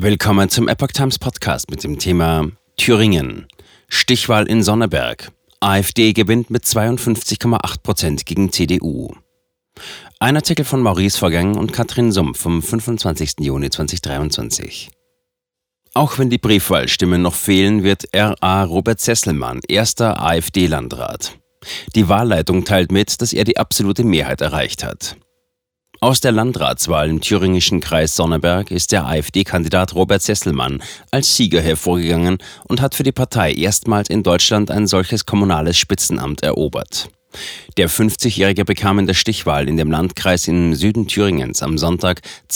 Willkommen zum Epoch Times Podcast mit dem Thema Thüringen. Stichwahl in Sonneberg. AfD gewinnt mit 52,8% gegen CDU. Ein Artikel von Maurice Vorgang und Katrin Sumpf vom 25. Juni 2023. Auch wenn die Briefwahlstimmen noch fehlen, wird R.A. Robert Sesselmann erster AfD-Landrat. Die Wahlleitung teilt mit, dass er die absolute Mehrheit erreicht hat. Aus der Landratswahl im thüringischen Kreis Sonneberg ist der AfD-Kandidat Robert Sesselmann als Sieger hervorgegangen und hat für die Partei erstmals in Deutschland ein solches kommunales Spitzenamt erobert. Der 50-Jährige bekam in der Stichwahl in dem Landkreis im Süden Thüringens am Sonntag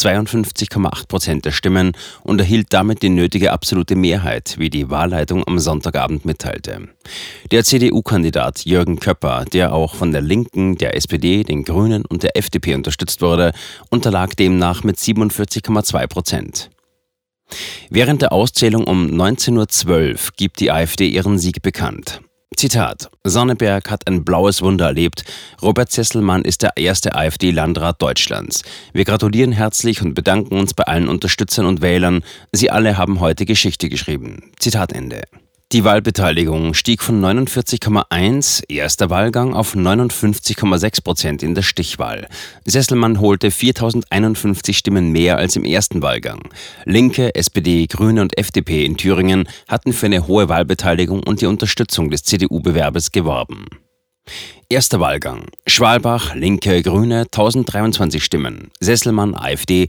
52,8% der Stimmen und erhielt damit die nötige absolute Mehrheit, wie die Wahlleitung am Sonntagabend mitteilte. Der CDU-Kandidat Jürgen Köpper, der auch von der Linken, der SPD, den Grünen und der FDP unterstützt wurde, unterlag demnach mit 47,2%. Während der Auszählung um 19:12 Uhr gibt die AfD ihren Sieg bekannt. Zitat: Sonneberg hat ein blaues Wunder erlebt. Robert Sesselmann ist der erste AfD-Landrat Deutschlands. Wir gratulieren herzlich und bedanken uns bei allen Unterstützern und Wählern. Sie alle haben heute Geschichte geschrieben. Zitat Ende. Die Wahlbeteiligung stieg von 49,1 erster Wahlgang auf 59,6% in der Stichwahl. Sesselmann holte 4.051 Stimmen mehr als im ersten Wahlgang. Linke, SPD, Grüne und FDP in Thüringen hatten für eine hohe Wahlbeteiligung und die Unterstützung des CDU-Bewerbers geworben. Erster Wahlgang. Schwalbach, Linke, Grüne, 1023 Stimmen. Sesselmann, AfD,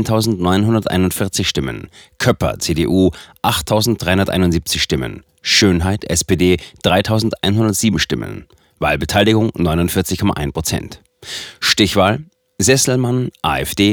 10.941 Stimmen. Köpper, CDU, 8.371 Stimmen. Schönheit, SPD, 3.107 Stimmen. Wahlbeteiligung 49,1%. Stichwahl: Sesselmann, AfD,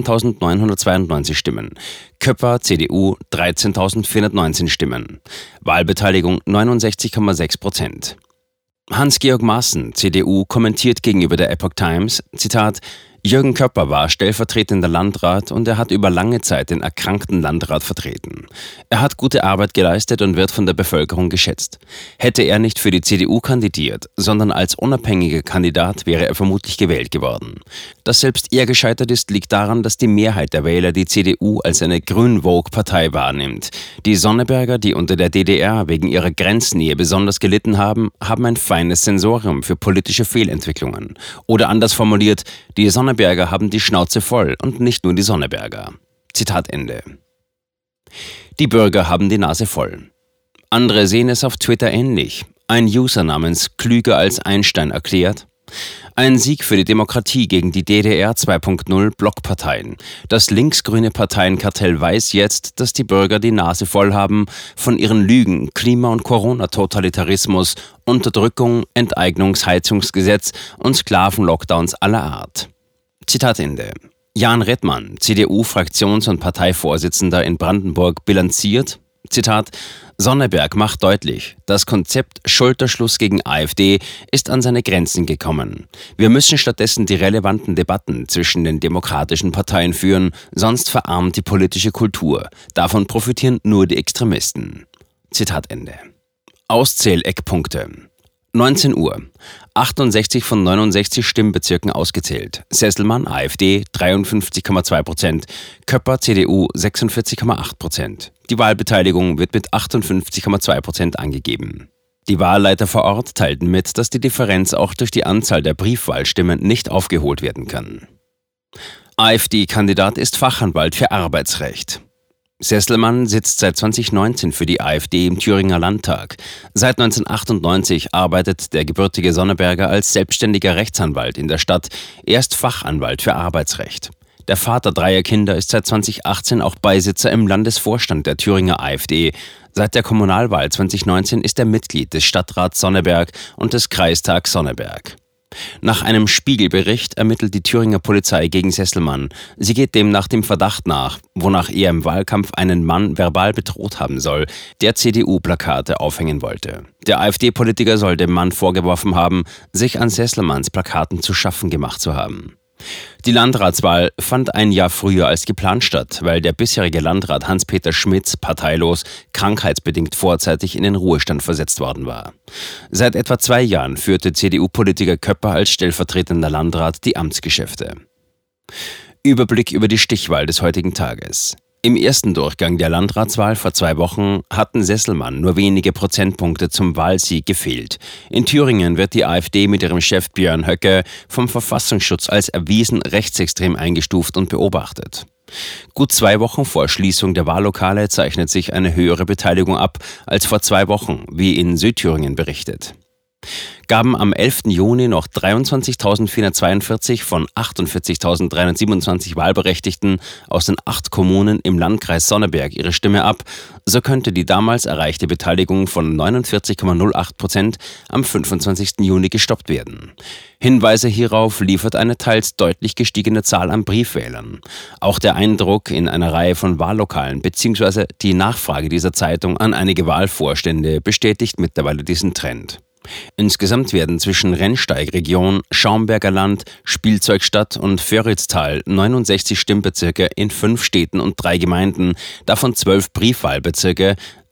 14.992 Stimmen. Köpper, CDU, 13.419 Stimmen. Wahlbeteiligung 69,6%. Hans-Georg Maaßen, CDU, kommentiert gegenüber der Epoch Times, Zitat: Jürgen Köpper war stellvertretender Landrat und er hat über lange Zeit den erkrankten Landrat vertreten. Er hat gute Arbeit geleistet und wird von der Bevölkerung geschätzt. Hätte er nicht für die CDU kandidiert, sondern als unabhängiger Kandidat, wäre er vermutlich gewählt geworden. Dass selbst er gescheitert ist, liegt daran, dass die Mehrheit der Wähler die CDU als eine Grün-Vogue-Partei wahrnimmt. Die Sonneberger, die unter der DDR wegen ihrer Grenznähe besonders gelitten haben, haben ein feines Sensorium für politische Fehlentwicklungen. Oder anders formuliert, die Sonneberger haben die Schnauze voll und nicht nur die Sonneberger. Zitat Ende. Die Bürger haben die Nase voll. Andere sehen es auf Twitter ähnlich. Ein User namens Klüger als Einstein erklärt: Ein Sieg für die Demokratie gegen die DDR 2.0 Blockparteien. Das linksgrüne Parteienkartell weiß jetzt, dass die Bürger die Nase voll haben von ihren Lügen, Klima- und Corona-Totalitarismus, Unterdrückung, Enteignungsheizungsgesetz und Sklaven-Lockdowns aller Art. Zitat Ende. Jan Redmann, CDU-Fraktions- und Parteivorsitzender in Brandenburg, bilanziert: Zitat: Sonneberg macht deutlich, das Konzept Schulterschluss gegen AfD ist an seine Grenzen gekommen. Wir müssen stattdessen die relevanten Debatten zwischen den demokratischen Parteien führen, sonst verarmt die politische Kultur. Davon profitieren nur die Extremisten. Zitat Ende. Auszähleckpunkte. 19 Uhr. 68 von 69 Stimmbezirken ausgezählt. Sesselmann, AfD, 53,2%. Köpper, CDU, 46,8%. Die Wahlbeteiligung wird mit 58,2% angegeben. Die Wahlleiter vor Ort teilten mit, dass die Differenz auch durch die Anzahl der Briefwahlstimmen nicht aufgeholt werden kann. AfD-Kandidat ist Fachanwalt für Arbeitsrecht. Sesselmann sitzt seit 2019 für die AfD im Thüringer Landtag. Seit 1998 arbeitet der gebürtige Sonneberger als selbstständiger Rechtsanwalt in der Stadt. Er ist Fachanwalt für Arbeitsrecht. Der Vater dreier Kinder ist seit 2018 auch Beisitzer im Landesvorstand der Thüringer AfD. Seit der Kommunalwahl 2019 ist er Mitglied des Stadtrats Sonneberg und des Kreistags Sonneberg. Nach einem Spiegelbericht ermittelt die Thüringer Polizei gegen Sesselmann. Sie geht demnach dem Verdacht nach, wonach er im Wahlkampf einen Mann verbal bedroht haben soll, der CDU-Plakate aufhängen wollte. Der AfD-Politiker soll dem Mann vorgeworfen haben, sich an Sesselmanns Plakaten zu schaffen gemacht zu haben. Die Landratswahl fand ein Jahr früher als geplant statt, weil der bisherige Landrat Hans-Peter Schmitz, parteilos, krankheitsbedingt vorzeitig in den Ruhestand versetzt worden war. Seit etwa 2 Jahren führte CDU-Politiker Köpper als stellvertretender Landrat die Amtsgeschäfte. Überblick über die Stichwahl des heutigen Tages. Im ersten Durchgang der Landratswahl vor 2 Wochen hatten Sesselmann nur wenige Prozentpunkte zum Wahlsieg gefehlt. In Thüringen wird die AfD mit ihrem Chef Björn Höcke vom Verfassungsschutz als erwiesen rechtsextrem eingestuft und beobachtet. Gut 2 Wochen vor Schließung der Wahllokale zeichnet sich eine höhere Beteiligung ab als vor 2 Wochen, wie in Südthüringen berichtet. Gaben am 11. Juni noch 23.442 von 48.327 Wahlberechtigten aus den 8 Kommunen im Landkreis Sonneberg ihre Stimme ab, so könnte die damals erreichte Beteiligung von 49,08% am 25. Juni gestoppt werden. Hinweise hierauf liefert eine teils deutlich gestiegene Zahl an Briefwählern. Auch der Eindruck in einer Reihe von Wahllokalen bzw. die Nachfrage dieser Zeitung an einige Wahlvorstände bestätigt mittlerweile diesen Trend. Insgesamt werden zwischen Rennsteigregion, Schaumberger Land, Spielzeugstadt und Föritztal 69 Stimmbezirke in 5 Städten und 3 Gemeinden, davon 12 Briefwahlbezirke,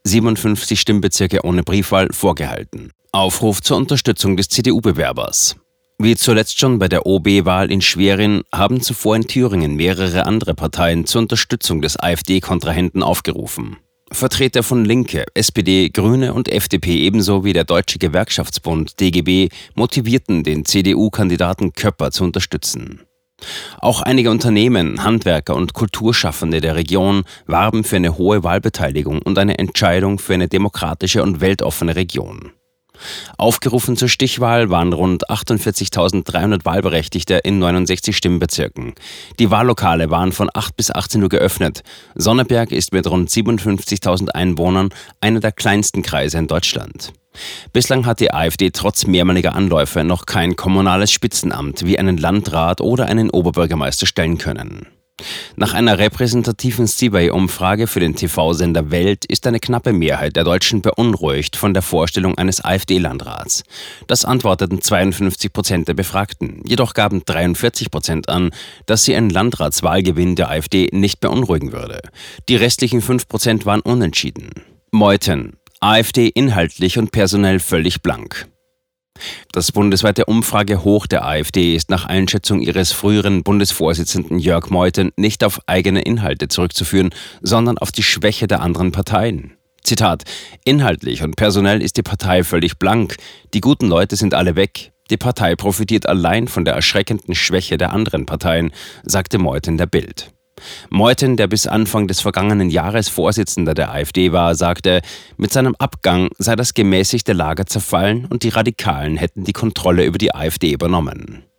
57 Stimmbezirke ohne Briefwahl vorgehalten. Aufruf zur Unterstützung des CDU-Bewerbers. Wie zuletzt schon bei der OB-Wahl in Schwerin haben zuvor in Thüringen mehrere andere Parteien zur Unterstützung des AfD-Kontrahenten aufgerufen. Vertreter von Linke, SPD, Grüne und FDP ebenso wie der Deutsche Gewerkschaftsbund DGB motivierten den CDU-Kandidaten Köpper zu unterstützen. Auch einige Unternehmen, Handwerker und Kulturschaffende der Region warben für eine hohe Wahlbeteiligung und eine Entscheidung für eine demokratische und weltoffene Region. Aufgerufen zur Stichwahl waren rund 48.300 Wahlberechtigte in 69 Stimmbezirken. Die Wahllokale waren von 8 bis 18 Uhr geöffnet. Sonneberg ist mit rund 57.000 Einwohnern einer der kleinsten Kreise in Deutschland. Bislang hat die AfD trotz mehrmaliger Anläufe noch kein kommunales Spitzenamt wie einen Landrat oder einen Oberbürgermeister stellen können. Nach einer repräsentativen Stibay-Umfrage für den TV-Sender Welt ist eine knappe Mehrheit der Deutschen beunruhigt von der Vorstellung eines AfD-Landrats. Das antworteten 52% der Befragten. Jedoch gaben 43% an, dass sie einen Landratswahlgewinn der AfD nicht beunruhigen würde. Die restlichen 5% waren unentschieden. Meuthen: AfD inhaltlich und personell völlig blank. Das bundesweite Umfragehoch der AfD ist nach Einschätzung ihres früheren Bundesvorsitzenden Jörg Meuthen nicht auf eigene Inhalte zurückzuführen, sondern auf die Schwäche der anderen Parteien. Zitat: Inhaltlich und personell ist die Partei völlig blank. Die guten Leute sind alle weg. Die Partei profitiert allein von der erschreckenden Schwäche der anderen Parteien, sagte Meuthen der Bild. Meuthen, der bis Anfang des vergangenen Jahres Vorsitzender der AfD war, sagte, mit seinem Abgang sei das gemäßigte Lager zerfallen und die Radikalen hätten die Kontrolle über die AfD übernommen.